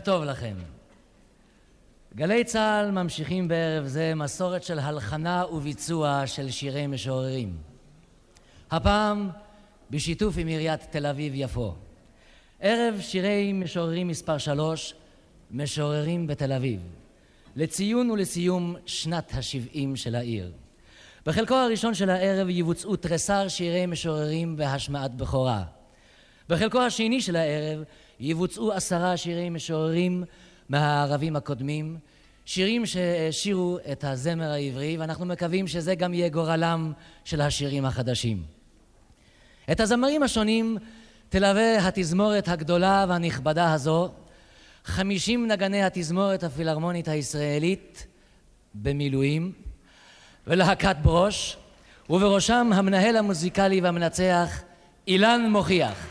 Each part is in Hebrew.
טוב לכם. גלי צהל ממשיכים בערב זה מסורת של הלחנה וביצוע של שירי משוררים. הפעם בשיתוף עם עיריית תל אביב יפו. ערב שירי משוררים מספר 3, משוררים בתל אביב, לציון ולסיום שנת ה-70 של העיר. בחלקו הראשון של הערב יבוצעו תרסר שירי משוררים בהשמעת בכורה. בחלקו השני של הערב יבוצעו 10 שירי משוררים מהערבים הקודמים, שירים שהשירו את הזמר העברי, ואנחנו מקווים שזה גם יהיה גורלם של השירים החדשים. את הזמרים השונים תלווה התזמורת הגדולה והנכבדה הזו, 50 נגני התזמורת הפילהרמונית הישראלית במילואים, ולהקת ברוש, ובראשם המנהל המוזיקלי והמנצח אילן מוכיח.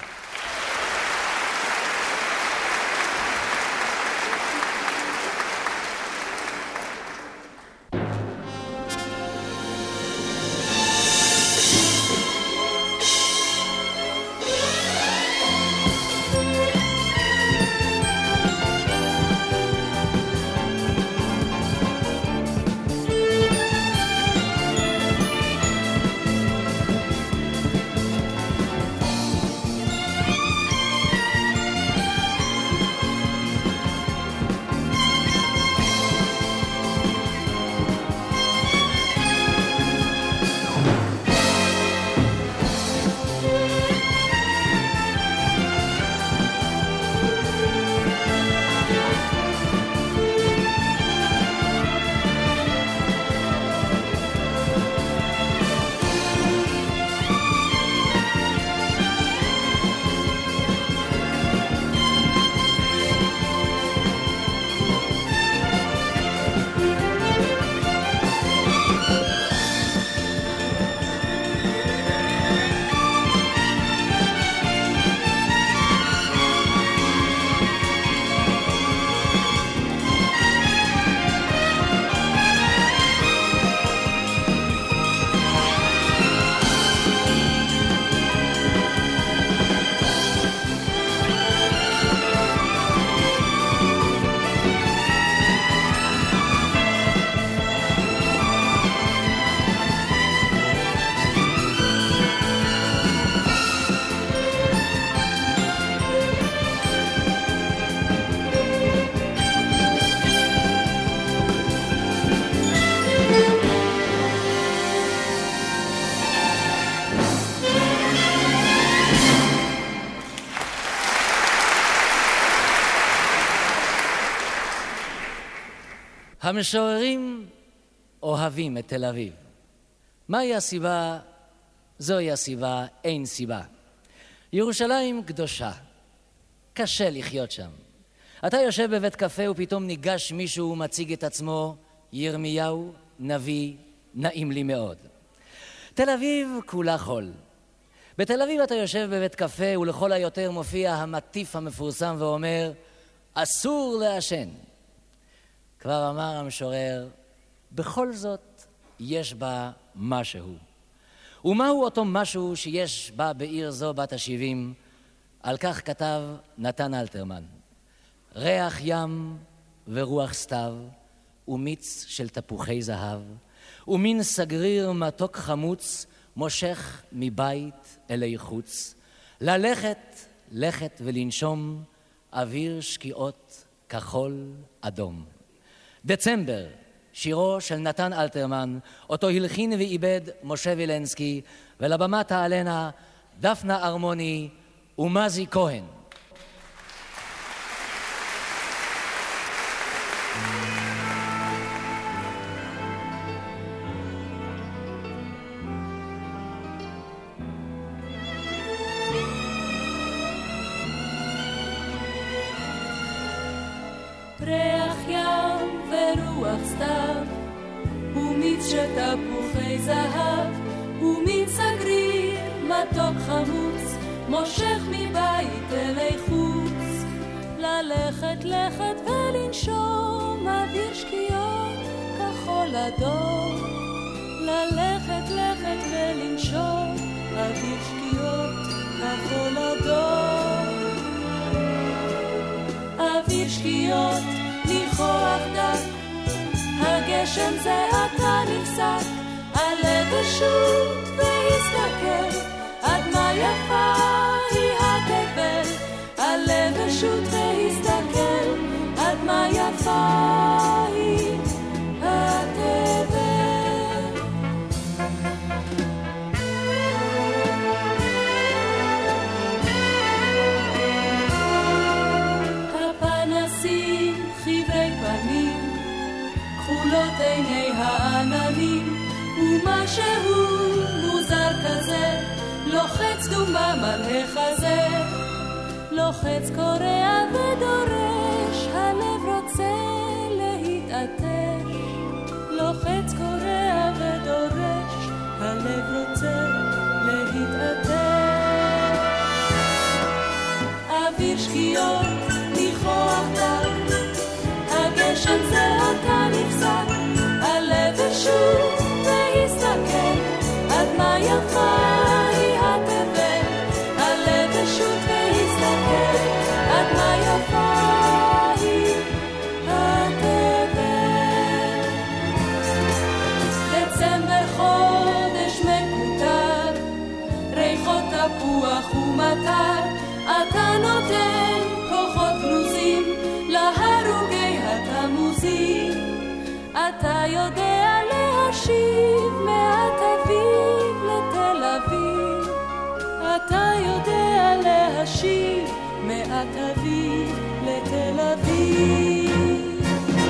המשוררים אוהבים את תל אביב. מהי הסיבה? זוהי הסיבה, אין סיבה. ירושלים קדושה, קשה לחיות שם. אתה יושב בבית קפה ופתאום ניגש מישהו ומציג את עצמו, ירמיהו, נביא, נעים לי מאוד. תל אביב כולה חול. בתל אביב אתה יושב בבית קפה ולכל היותר מופיע המטיף המפורסם ואומר, אסור לעשן. כבר אמר המשורר, בכל זאת יש בה משהו. ומהו אותו משהו שיש בה בעיר זו בת ה-70? על כך כתב נתן אלתרמן. ריח ים ורוח סתיו, ומיץ של תפוחי זהב, ומין סגריר מתוק חמוץ, מושך מבית אלי חוץ. ללכת ולנשום, אוויר שקיעות כחול אדום. דצמבר, שירו של נתן אלתרמן, אותו הלחין ואיבד משה וילנסקי, ולבמה תעלנה דפנה ארמוני ומזי כהן. ריח ים ורוח סתיו, ומיץ של תפוחי זהב, ומין סגריר מתוק חמוץ, מושך מבית אלי חוץ. ללכת ולנשום, אוויר שקיעות כחול אדום. ללכת ולנשום, אוויר שקיעות כחול אדום. אוויר שקיעות ניחוח דק, הגשם זה עתה נפסק, עלה ושוט והסתכל, עד מה יפה היא התבל, עלה ושוט והסתכל, עד מה יפה היא התבל. הפנסים חברי פנים, כחולות עיני העננים, ומשהו מוזר כזה לוחץ דומם על החזה, לוחץ קורע ודורש, הלב רוצה להתעטש, לוחץ קורע ודורש, הלב רוצה להתעטש. אוויר שקיעות ניחוח דק, הגשם זה עתה נפסק, עלה ושוט והסתכל, עד מה יפה היא התבל, עלה ושוט והסתכל, עד מה יפה היא התבל. דצמבר חודש מקוטר, ריחות תפוח ומטר, אתה נותן כוחות גנוזים להרוגי התמוזים, אתה יודע להשיב מעט אביב לתל אביב, אתה יודע להשיב מעט אביב לתל אביב.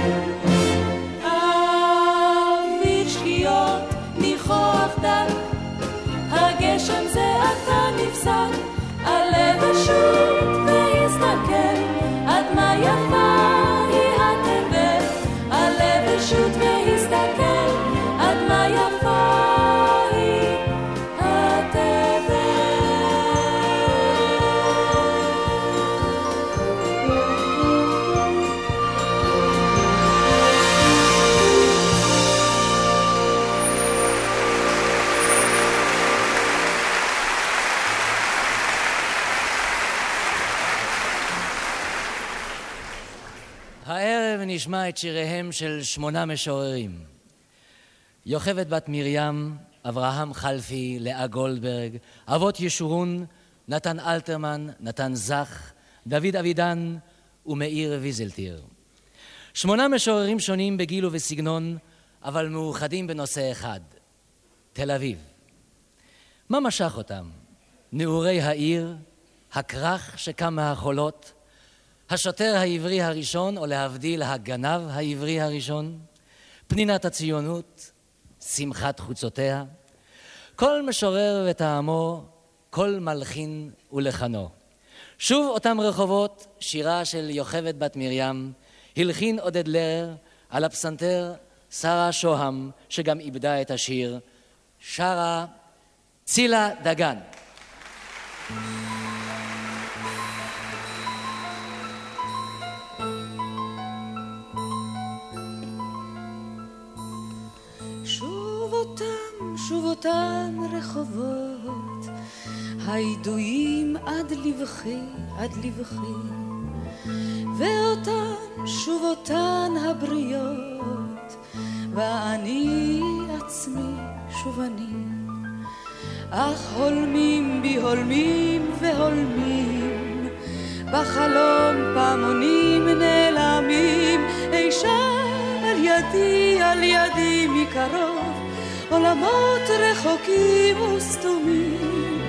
אוויר שקיעות ניחוח דק, הגשם זה עתה נפסק, עלה ושוט והסתכל, עד מה יפה היא התבל, עלה ושוט והסתכל, עד מה יפה היא התבל. הערב נשמע את שיריהם של 8 משוררים. יוכבד בת מרים, אברהם חלפי, לאה גולדברג, אבות ישורון, נתן אלתרמן, נתן זך, דוד אבידן ומאיר ויזלטיר. 8 משוררים שונים בגיל ובסגנון, אבל מאוחדים בנושא אחד, תל אביב. מה משך אותם? נעורי העיר, הכרך שקם מהחולות, השוטר העברי הראשון, או להבדיל הגנב העברי הראשון, פנינת הציונות, שמחת חוצותיה, כל משורר וטעמו, כל מלחין ולחנו. שוב אותם רחובות, שירה של יוכבד בת מרים, הלחין עודד לרר, על הפסנתר שרה שוהם, שגם איבדה את השיר, שרה צילה דגן. שוב אותם רחובות, הידועים עד לבכי, עד לבכי, ואותן, שוב אותן הבריות, ואני עצמי, שוב אני, אך הולמים בי הולמים והולמים, בחלום פעמונים נעלמים, אי שם על ידי מקרוב, עולמות רחוקים וסתומים,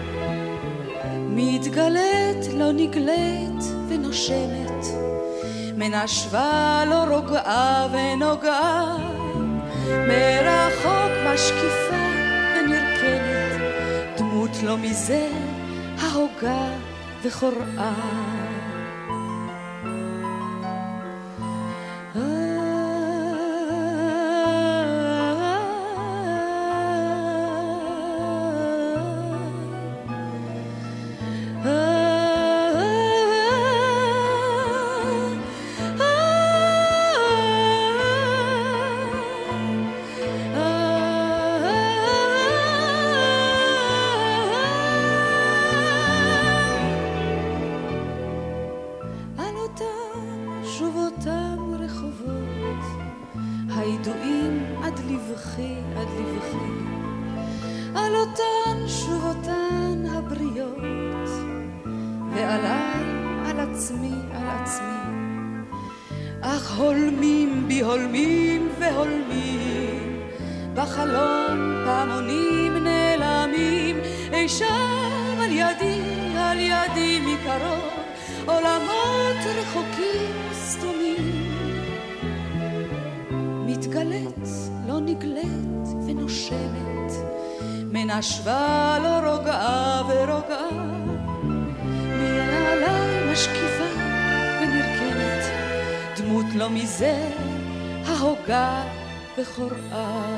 מתגלית לא נגלית ונושמת, מנשבה לא רוגעה ונוגעה, מרחוק משקיפה ונרקמת, דמות לא מזה ההוגה וחוראה. הידועים עד לבכי, עד לבכי, על אותן שוב אותן הבריות, ועליי, על עצמי, על עצמי. אך הולמים בי, הולמים והולמים, בחלום פעמונים נעלמים, אי שם על ידי מקרוב, עולמות רחוקים סתומים. מתגלת, לא נגלת ונושמת, מנשבה לא רוגעה ורוגעה, מעליי משקיפה ונרכנת, דמות לא מזה ההוגה וחוראה.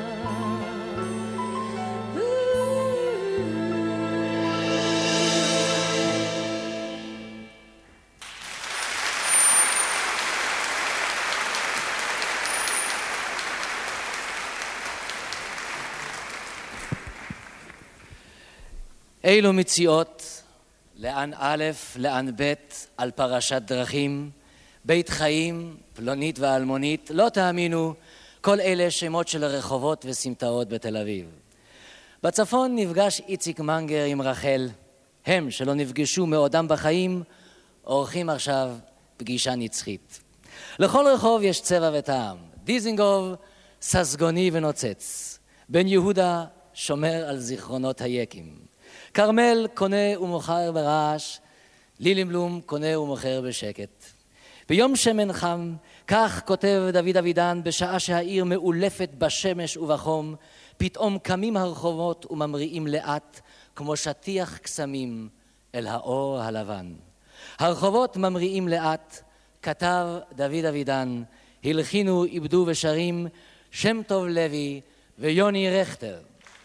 אילו מציאות, לאן א', לאן ב', על פרשת דרכים, בית חיים, פלונית ואלמונית, לא תאמינו, כל אלה שמות של רחובות וסמטאות בתל אביב. בצפון נפגש איציק מנגר עם רחל, הם שלא נפגשו מעודם בחיים, עורכים עכשיו פגישה נצחית. לכל רחוב יש צבע וטעם, דיזינגוף ססגוני ונוצץ, בן יהודה שומר על זיכרונות היקים, קרמל קונה ומוכר ברעש, לילינבלום קונה ומוכר בשקט. ביום שמן חם, כך כותב דוד אבידן, בשעה שהעיר מאולפת בשמש ובחום, פתאום קמים הרחובות וממריאים לאט, כמו שטיח קסמים אל האור הלבן. הרחובות ממריאים לאט, כתב דוד אבידן, הלחינו, איבדו ושרים, שם טוב לוי ויוני רכטר.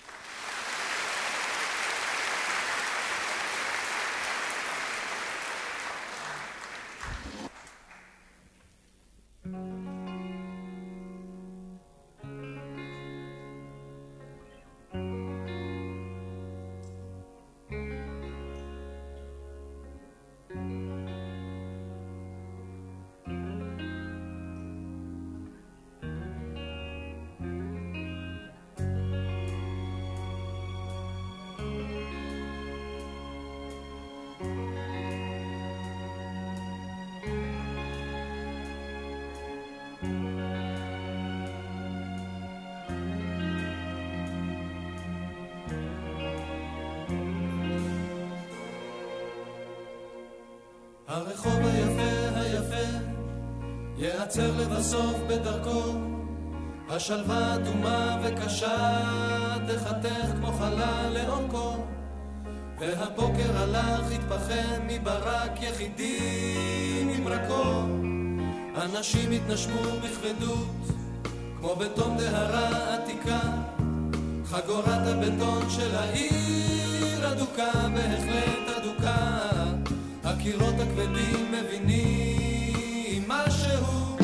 הרחוב היפה היפה יעצר לבסוף בדרכו, השלווה אדומה וקשה תחתך כמו חלל לאורכו, והבוקר הלך התפחם מברק יחידי ממרקו. אנשים התנשמו בכבדות כמו בתום דהרה עתיקה, חגורת הבטון של העיר אדוקה, בהחלט אדוקה. הקירות הכבדים מבינים משהו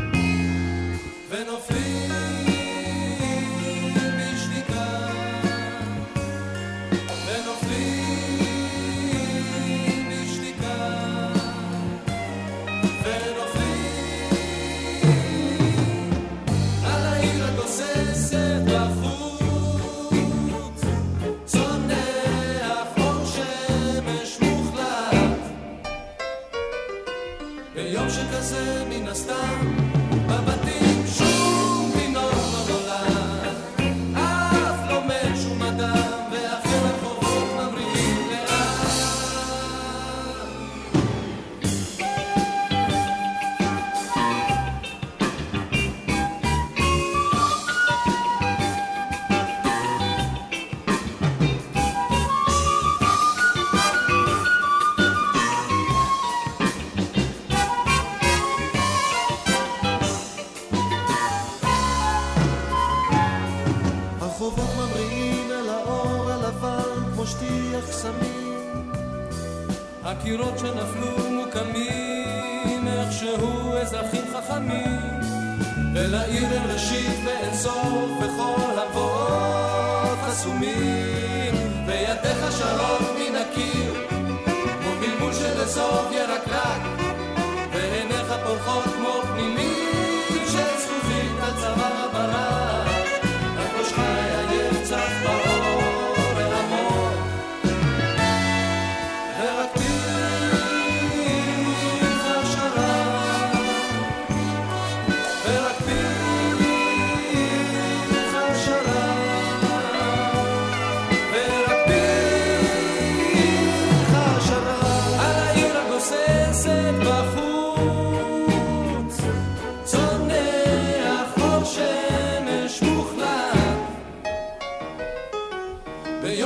ונופלים בשתיקה, ונופלים בשתיקה, ונופלים על העיר הגוססת בחוץ, צונח אור שמש מוחלט. ביום שכזה מן הסתם בבתים שום תינוק לא נולד, אף לא מת שום אדם, ואחרי הרחובות ממריאים לאט. הרחובות ממריאים אל האור הלבן כמו שטיח קסמים, הקירות שנפלו מוקמים איכשהו אזרחים חכמים, ולעיר אין ראשית ואין סוף וכל המבואות חסומים, וידיך שרות מן הקיר כמו בלבול של אזוב ירקרק, ועיניך פורחות כמו פנימים של זכוכית הצרה.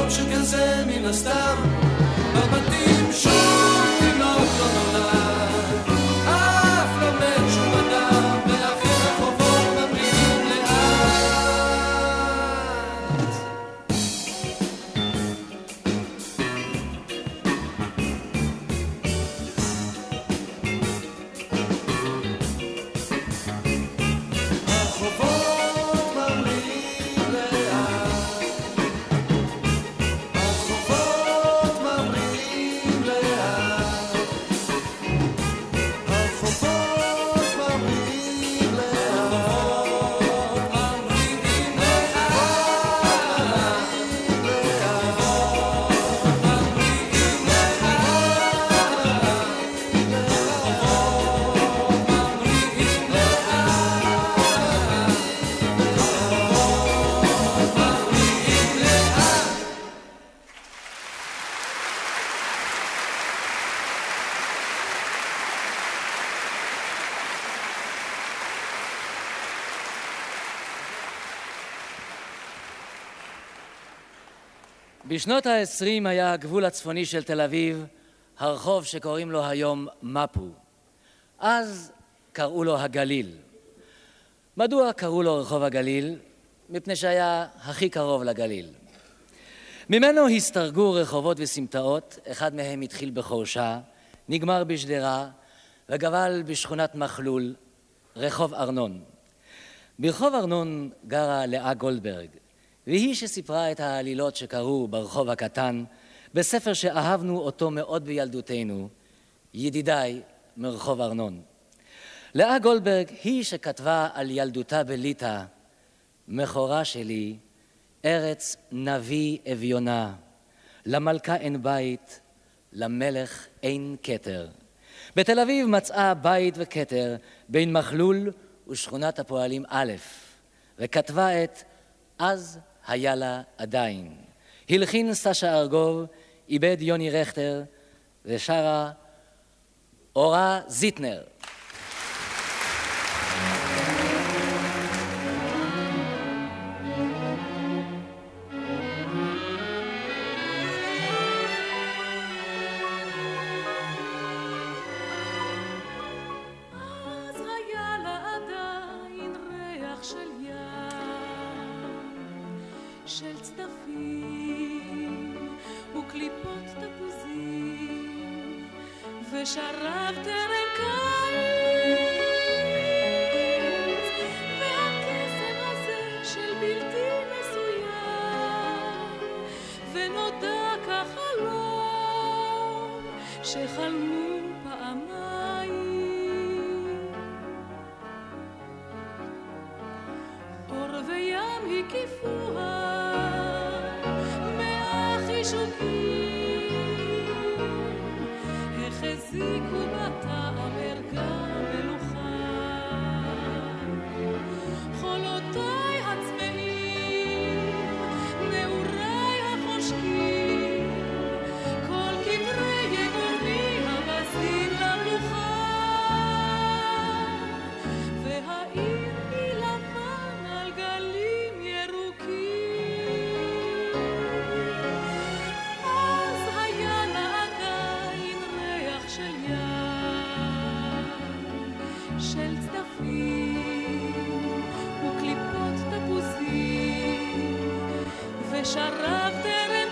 יום שכזה מן הסתם בבתים שום תינוק לא נולד, אף לא מת שום אדם, ואחרי רחובות ממריאים לאט. בשנות ה-20 היה הגבול הצפוני של תל אביב, הרחוב שקוראים לו היום מפו. אז קראו לו הגליל. מדוע קראו לו רחוב הגליל? מפני שהיה הכי קרוב לגליל. ממנו הסתרגו רחובות וסמטאות, אחד מהם התחיל בחורשה, נגמר בשדרה וגבל בשכונת מחלול, רחוב ארנון. ברחוב ארנון גרה לאה גולדברג, והיא שסיפרה את העלילות שקרו ברחוב הקטן, בספר שאהבנו אותו מאוד בילדותנו, ידידיי מרחוב ארנון. לאה גולדברג היא שכתבה על ילדותה בליטא, מכורה שלי, ארץ נביא אביונה, למלכה אין בית, למלך אין כתר. בתל אביב מצאה בית וכתר בין מחלול ושכונת הפועלים א', וכתבה את אז היה לה עדיין. הלחין סשה ארגוב, איבד יוני רכטר, ושרה אורה זיטנר. של צדפים וקליפות תפוזים ושרב טרם קיץ והקסם הזה של בלתי מסוים ונודע כחלום שחלמו פעמיים אור וים הקיפוה איך הזיקו בטעם ערגה מלוכה חולותיי הצמאים נעוריי החושקים כל כתרי יגוני הבזים למלוכה והעיר היא לבן על גלים ירוקים של צדפים וקליפות תפוזים ושרב טרם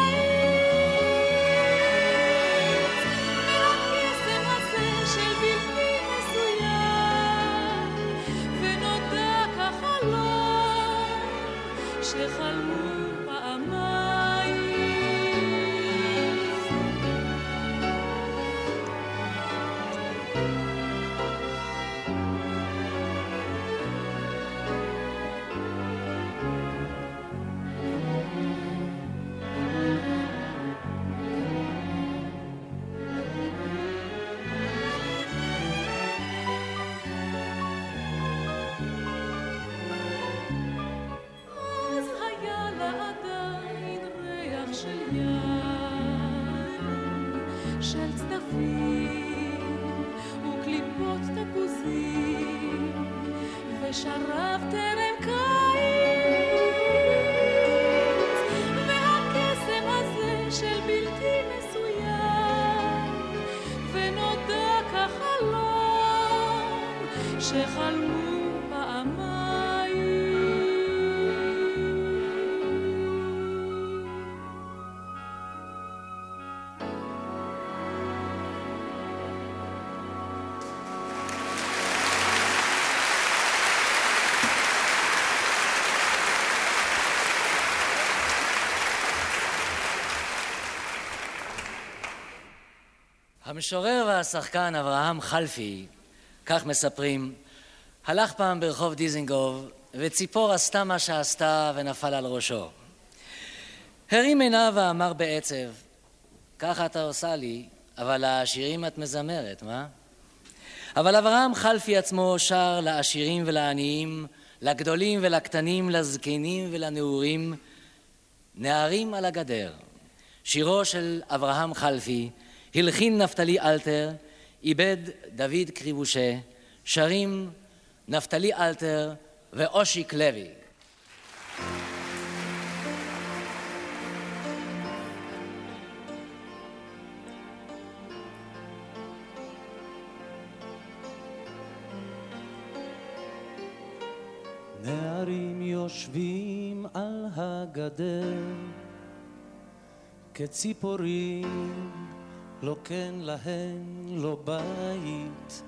קיץ והקסם הזה של בלתי מסוים ונודע כחלום שחלמו פעמיים של צדפים וקליפות תפוזים ושרב טרם קיץ והקסם המשורר והשחקן אברהם חלפי, כך מספרים, הלך פעם ברחוב דיזינגוף וציפור עשתה מה שעשתה ונפל על ראשו. הרים עיניו ואמר בעצב, ככה אתה עושה לי, אבל לעשירים את מזמרת, מה? אבל אברהם חלפי עצמו שר לעשירים ולעניים, לגדולים ולקטנים, לזקנים ולנעורים, נערים על הגדר. שירו של אברהם חלפי, הלחין נפתלי אלתר, איבד דוד קריבושה, שרים נפתלי אלתר ואושיק לוי. נערים יושבים על הגדר כציפורים, לא כן להם לא בית.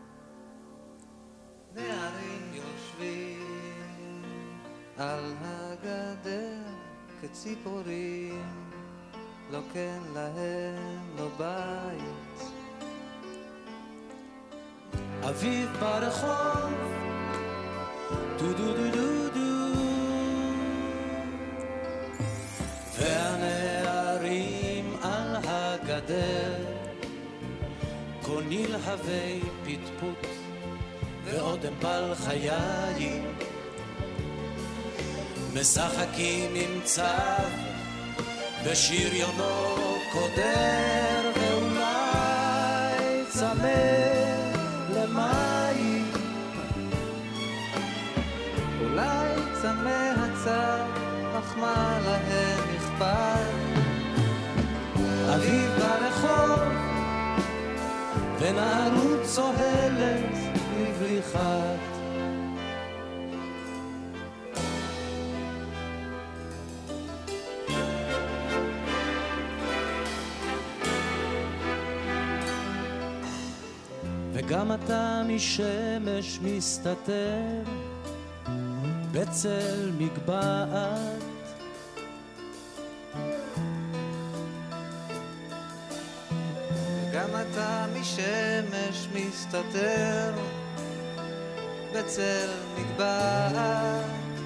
נערים יושבים על הגדר כציפורים, לא כן להם לא בית. אביב ברחוב דו דו דו דו דו, והנערים על הגדר כה נלהבי פטפוט ועוד הם בל חיי, משחקים עם צב בשריונו קודר, ואולי צמא למים, אולי צמא הצב, אך מה להם אכפת? אביב ברחוב ונערות צוהלת בבלי חת. וגם אתה משמש מסתתר בצל מגבעת, גם אתה משמש מסתתר בצל מגבעת.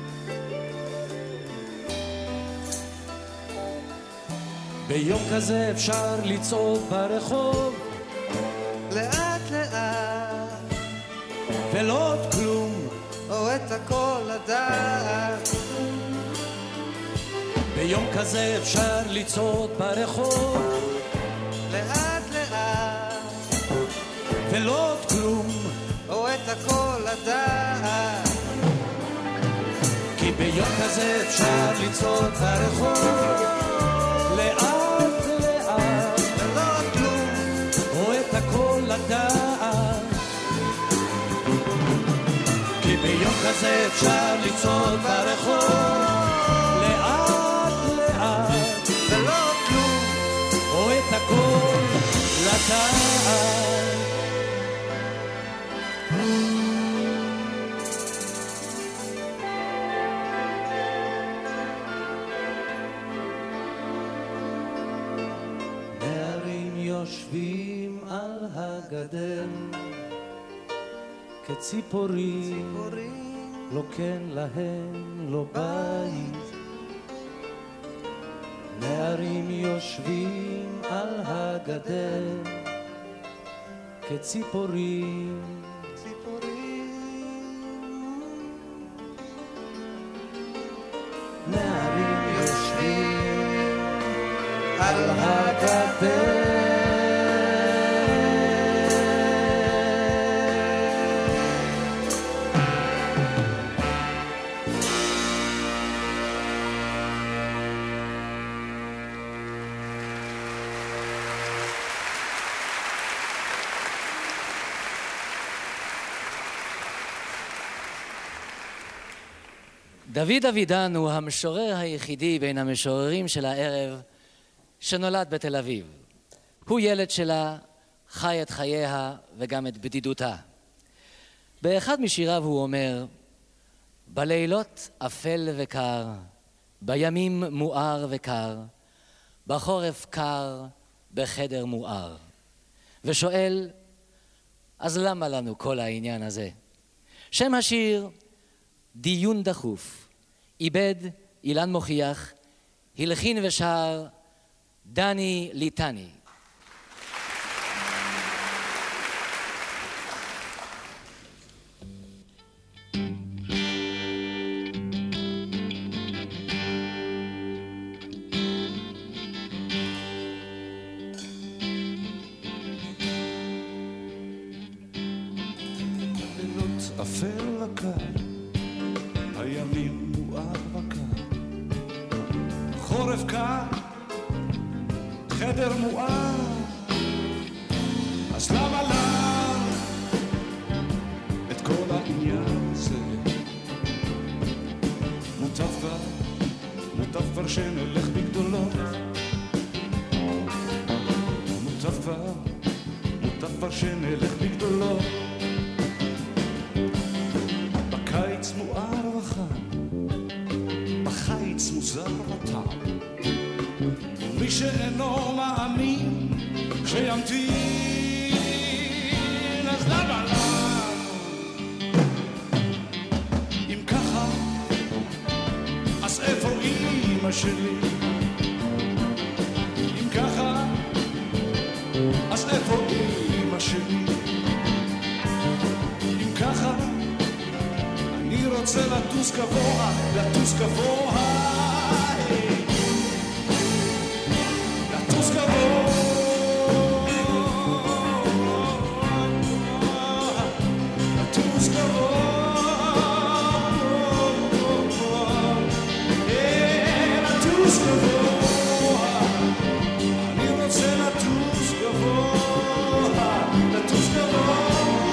ביום כזה אפשר לצעוד ברחוב לאט לאט ולא עוד כלום, או את הכל לדעת. ביום כזה אפשר לצעוד ברחוב לאט לאט ולא עוד כלום, או את הכל לדעת. כי ביום כזה אפשר לצעוד ברחוב לאט לאט ולא עוד כלום, או את הכל לדעת. כי ביום כזה אפשר לצעוד ברחוב לאט לאט ולא עוד כלום, או את הכל לדעת. נערים יושבים על הגדר כציפורים, לא כן להם לא בית. נערים יושבים על הגדר כציפורים, נערים יושבים על הגדר. דוד אבידן הוא המשורר היחידי בין המשוררים של הערב שנולד בתל אביב. הוא ילד שלה, חי את חייה וגם את בדידותה. באחד משיריו הוא אומר, בלילות אפל וקר, בימים מואר וקר, בחורף קר, בחדר מואר. ושואל, אז למה לנו כל העניין הזה? שם השיר, דיון דחוף, איבד אילן מוכיח, הלחין ושר דני ליטני. אפל וקר, הימים מואר וקר, חורף קר, חדר מואר, אז למה לנו את כל העניין הזה? מוטב כבר שנלך בגדולות, מוטב כבר שנלך בגדולות. בקיץ מואר וחם, בחיץ מוזר וטעם, מי שאינו מאמין שימתין, אז למה לנו? אם ככה, אז איפה אמא שלי? אם ככה, אז איפה אמא שלי? אם ככה, אני רוצה לטוס גבוה, לטוס גבוה, לטוס גבוה, לטוס גבוה, לטוס גבוה, אני רוצה לטוס גבוה, לטוס גבוה.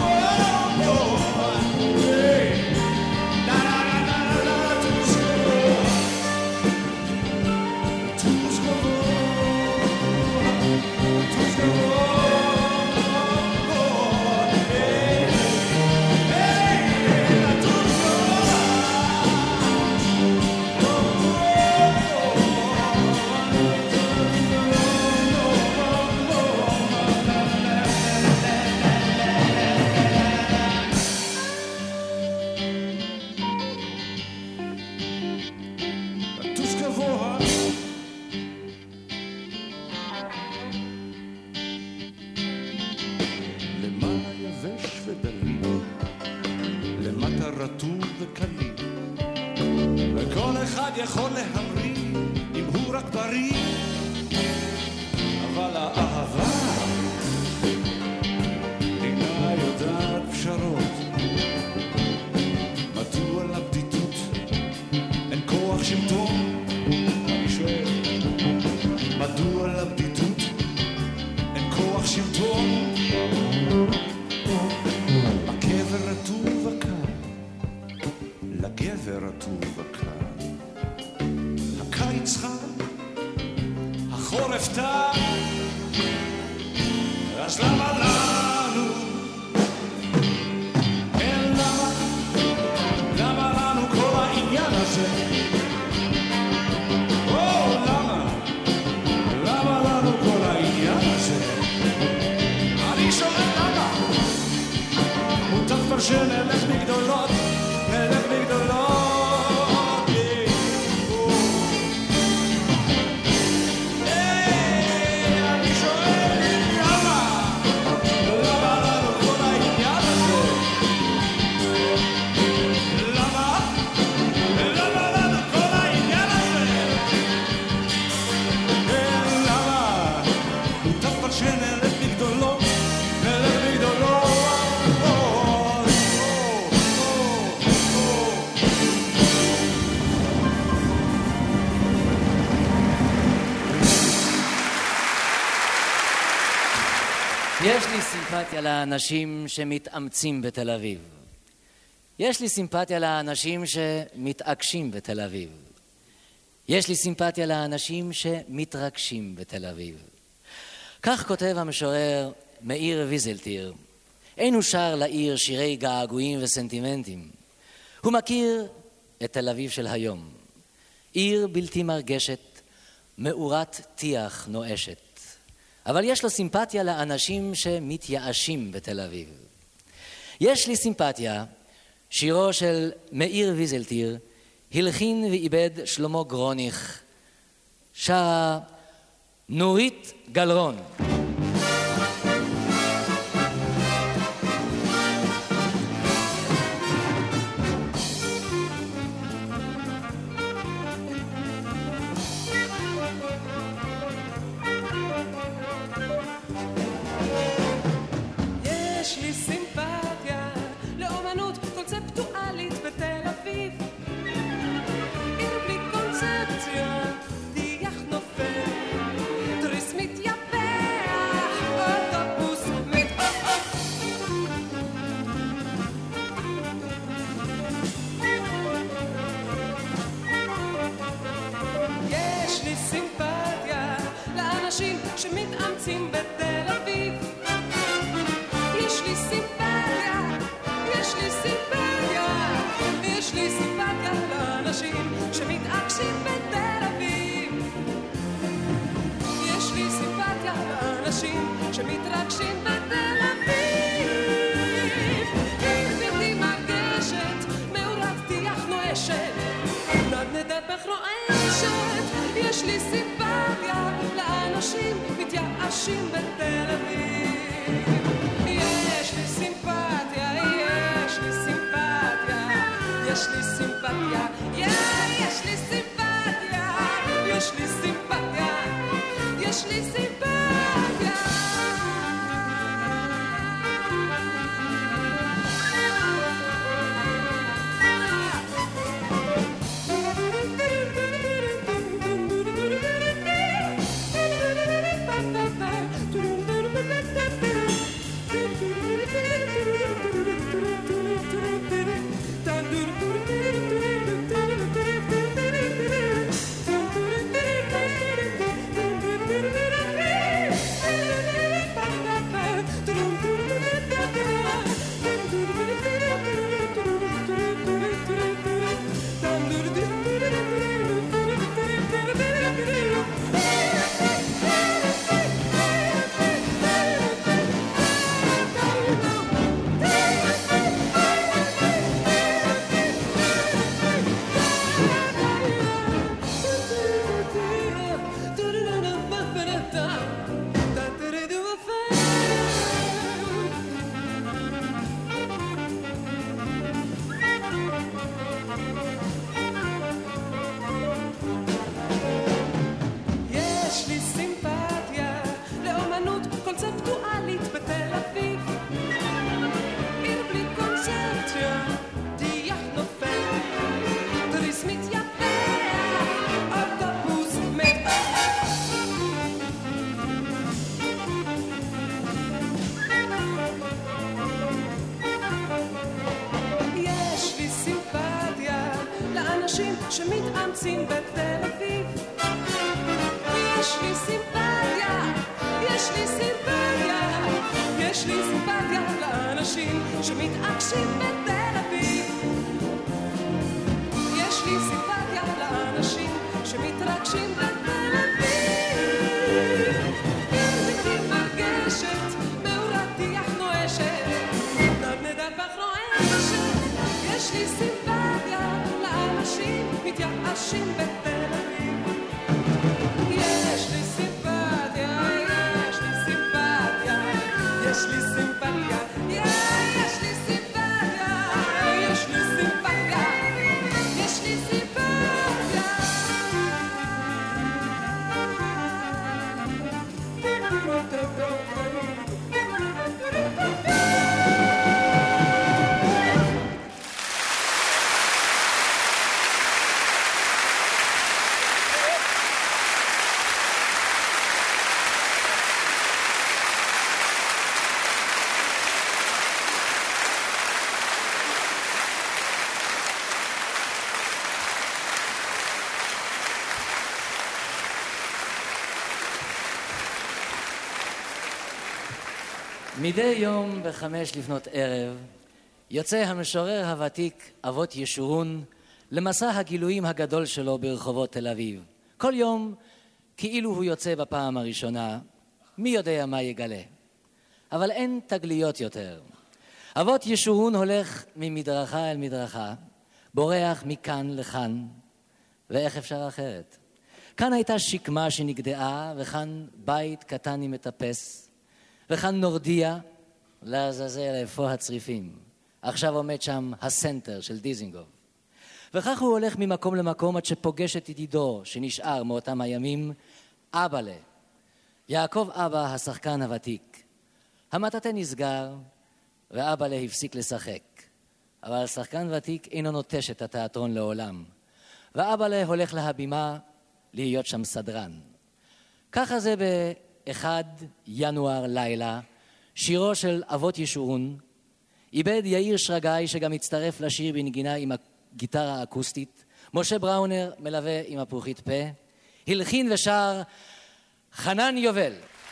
יכול להמריא אם הוא רק בריא, אבל האהבה אינה יודעת פשרות. מדוע לבדידות אין כוח שלטון? אני שואל, מדוע לבדידות אין כוח שלטון? הקבר רטוב וקר, לגבר רטוב וקר, הקיץ חם, החורף תם, אז למה לנו? כן, למה לנו כל העניין הזה? למה לנו כל העניין הזה? אני שואל למה? מותר כבר שנלך בגדולות, נלך בגדולות. יש לי סימפתיה לאנשים שמתאמצים בתל אביב. יש לי סימפתיה לאנשים שמתעקשים בתל אביב. יש לי סימפתיה לאנשים שמתרגשים בתל אביב. כך כותב המשורר מאיר ויזלטיר. אין הוא שר לעיר שירי געגועים וסנטימנטים. הוא מכיר את תל אביב של היום. עיר בלתי מרגשת, מאורת טיח נואשת. אבל יש לו סימפתיה לאנשים שמתייאשים בתל אביב. יש לי סימפתיה, שירו של מאיר ויזלטיר, הלחין ואיבד שלמה גרוניך, שרה נורית גלרון. יש לי סימפתיה לאומנות קונספטואלית בתל אביב. עיר בלי קונספציה, טיח נופל, תריס מתייפח, אוטובוס מתעופף. יש לי סימפתיה לאנשים שמתאמצים בתל אביב. יש לי סימפתיה, יש לי סימפתיה, יש לי סימפתיה לאנשים שמתעקשים בתל אביב. יש לי סימפתיה לאנשים שמתרגשים בתל אביב. עיר בלתי מרגשת, מאורת טיח נואשת, נדנדת פח רועשת. יש לי סימפתיה לאנשים מתייאשים בתל אביב. יש לי סימפתיה, יש לי סימפתיה, יש לי סימפתיה, יש לי סימפתיה, יש לי סימפתיה, יש לי סימפתיה. שמתאמצים בתל אביב. יש לי סימפתיה, יש לי סימפתיה, יש לי סימפתיה לאנשים שמתעקשים בתל אביב. יש לי סימפתיה לאנשים שמתרגשים בתל אביב. עיר בלתי מרגשת, מאורת טיח נואשת, נדנדת פח רועשת. יש לי סימפתיה לאנשים מתייאשים בתל אביב. יש לי סימפתיה, יש לי סימפתיה, יש לי סימפתיה, יש לי סימפתיה, יש לי סימפתיה, יש לי סימפתיה. מדי יום ב5 לפנות ערב יוצא המשורר הוותיק אבות ישורון למסע הגילויים הגדול שלו ברחובות תל אביב. כל יום כאילו הוא יוצא בפעם הראשונה, מי יודע מה יגלה. אבל אין תגליות יותר. אבות ישורון הולך ממדרכה אל מדרכה, בורח מכאן לכאן, ואיך אפשר אחרת? כאן הייתה שקמה שנגדעה, וכאן בית קטן מטפס, וכאן נורדיה, לעזאזל איפה הצריפים. עכשיו עומד שם הסנטר של דיזינגוף. וכך הוא הולך ממקום למקום עד שפוגש את ידידו שנשאר מאותם הימים, אבאלה. יעקב אבא השחקן הוותיק. המטאטא נסגר ואבאלה הפסיק לשחק. אבל שחקן ותיק אינו נוטש את התיאטרון לעולם. ואבאלה הולך להבימה להיות שם סדרן. ככה זה ב-1 ינואר לילה, שירו של אבות ישורון, איבד יאיר שרגאי שגם הצטרף לשיר בנגינה עם הגיטרה האקוסטית, משה בראונר מלווה עם הפרוחית פה, הלחין ושר חנן יובל.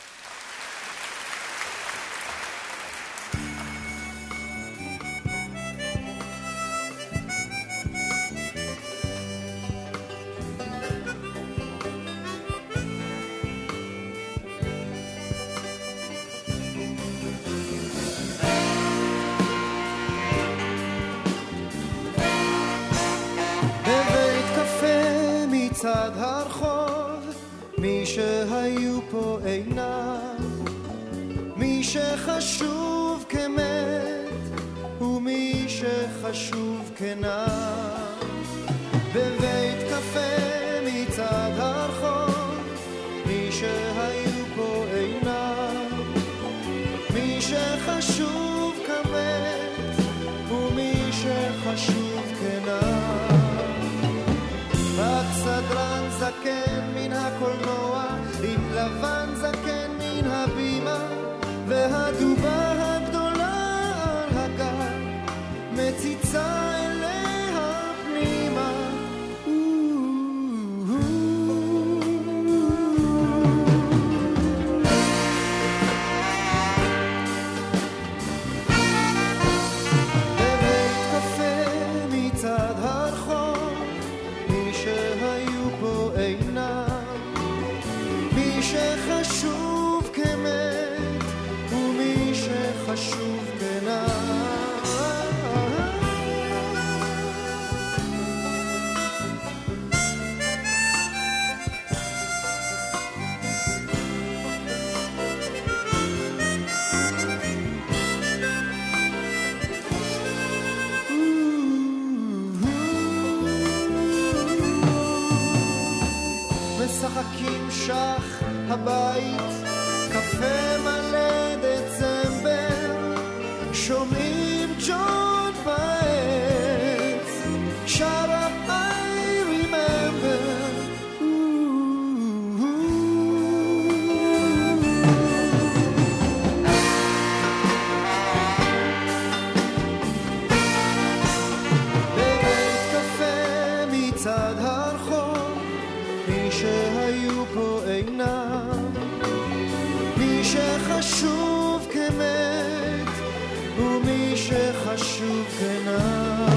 מצד הרחוב, מי שהיו פה אינם, מי שחשוב כמת ומי שחשוב כנם. בבית קפה מצד הרחוב, מי שהיו פה אינם, מי שחשוב כמת ומי שחשוב כנם. רק סדרן זקן מן הקולנוע, עם לבן זקן מן הבימה, והדובה הגדולה על הגג מציצה אליה פנימה. בבית קפה מצד הרחוב, מי שהיו פה אינם, מי שחשוב כמת ומי שחשוב כנם. משחקים שח הבית, קפה מלא דצמבר, שומעים ג'ון בעץ, שרה I remember. בבית קפה מצד הרחוב, מי שהיו פה אינם, מי שחשוב כמת ומי שחשוב כנם.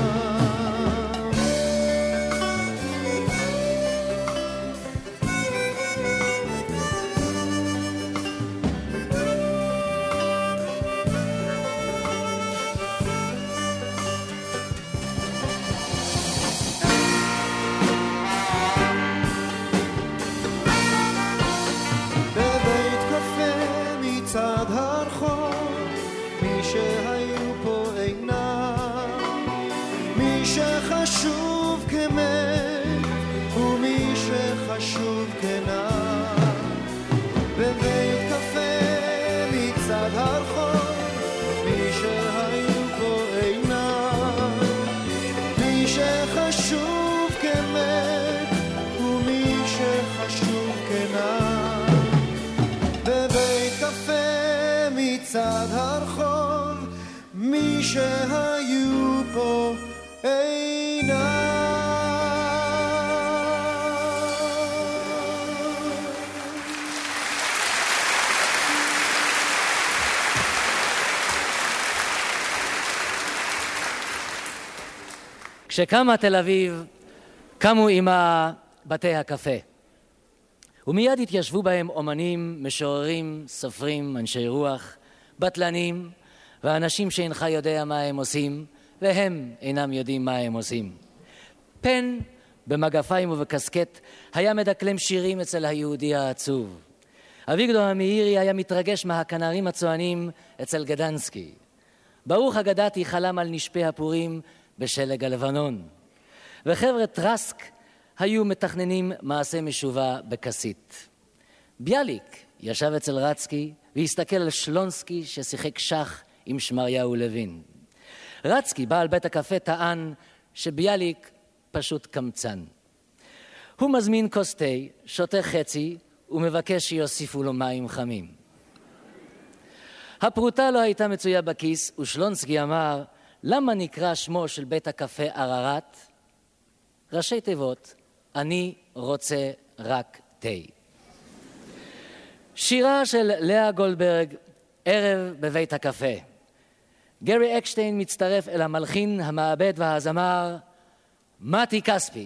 בבית קפה מצד הרחוב, מי שהיו פה אינם, מי שחשוב כמת ומי שחשוב כנם. בבית קפה מצד הרחוב, מי שהיו פה אינם, מי שחשוב כמת ומי שחשוב כנם. בבית קפה מצד הרחוב, מי שהיו פה אינם. כשקמה תל אביב, קמו עמה בתי הקפה. ומיד התיישבו בהם אומנים, משוררים, סופרים, אנשי רוח, בטלנים, ואנשים שאינך יודע מה הם עושים, והם אינם יודעים מה הם עושים. פן במגפיים ובקסקט היה מדקלם שירים אצל היהודי העצוב. אביגדור המאירי היה מתרגש מהכנרים הצוענים אצל גדנסקי. ברוך הגדתי חלם על נשפי הפורים בשלג הלבנון. וחבר'ה טרסק היו מתכננים מעשה משובה בכסית. ביאליק ישב אצל רצקי והסתכל על שלונסקי ששיחק שח עם שמריהו לוין. רצקי, בעל בית הקפה, טען שביאליק פשוט קמצן. הוא מזמין כוס תה, שותה חצי ומבקש שיוסיפו לו מים חמים. הפרוטה לא הייתה מצויה בכיס, ושלונסקי אמר, למה נקרא שמו של בית הקפה ערערת? ראשי תיבות, אני רוצה רק תה. שירה של לאה גולדברג, ערב בבית הקפה. גרי אקשטיין מצטרף אל המלחין, המעבד והזמר, מתי כספי.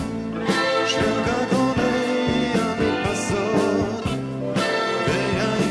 של גגוני המרפסות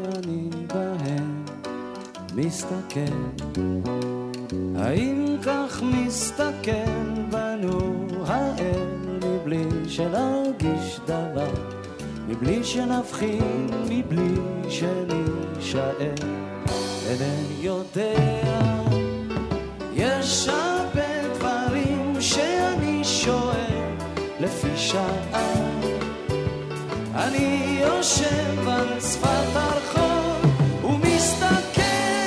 שאני בהם מסתכל. האם כך מסתכל בנו האל מבלי שנרגיש דבר, מבלי שנבחין, מבלי שנשאר? אינני יודע, יש הרבה דברים שאני שואל לפי שעה. אני יושב על שפת הרחוב ומסתכל,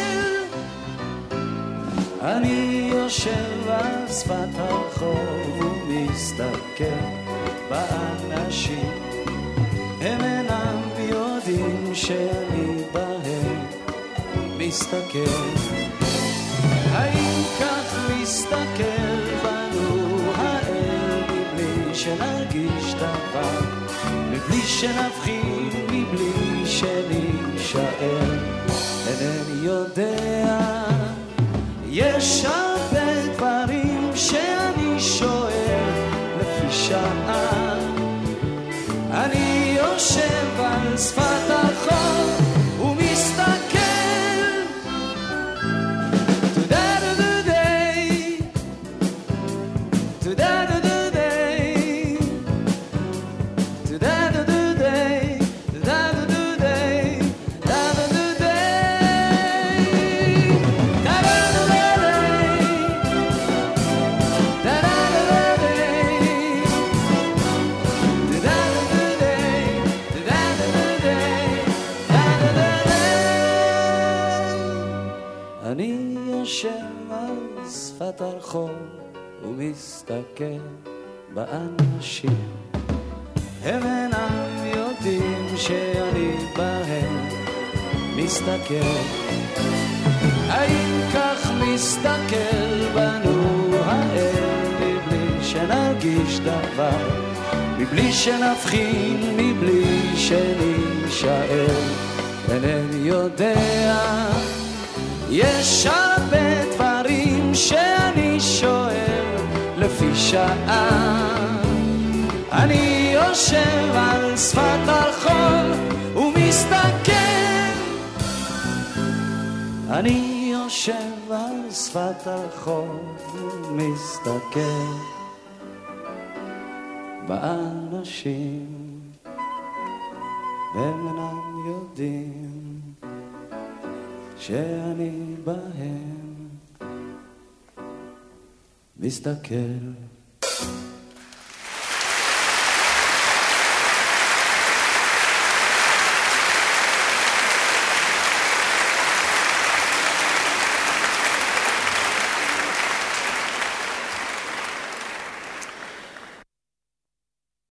אני יושב על שפת הרחוב ומסתכל באנשים, הם אינם יודעים שאני בהם מסתכל. האם כך מסתכל בנו האל מבלי שנרגיש דבר, מבלי שנבחין, מבלי שנשאר? אינני יודע, יש הרבה דברים שאני שואל לפי שעה. אני יושב על שפת הרחוב ומסתכל. אני יושב על שפת הרחוב ומסתכל באנשים, הם אינם יודעים שאני בהם מסתכל. האם כך מסתכל בנו האל מבלי שנרגיש דבר, מבלי שנבחין, מבלי שנשאר? אינני יודע, יש הרבה דברים שאני שואל לפי שעה. אני יושב על שפת הרחוב ומסתכל, אני יושב על שפת הרחוב ומסתכל באנשים, והם אינם יודעים שאני בהם מסתכל.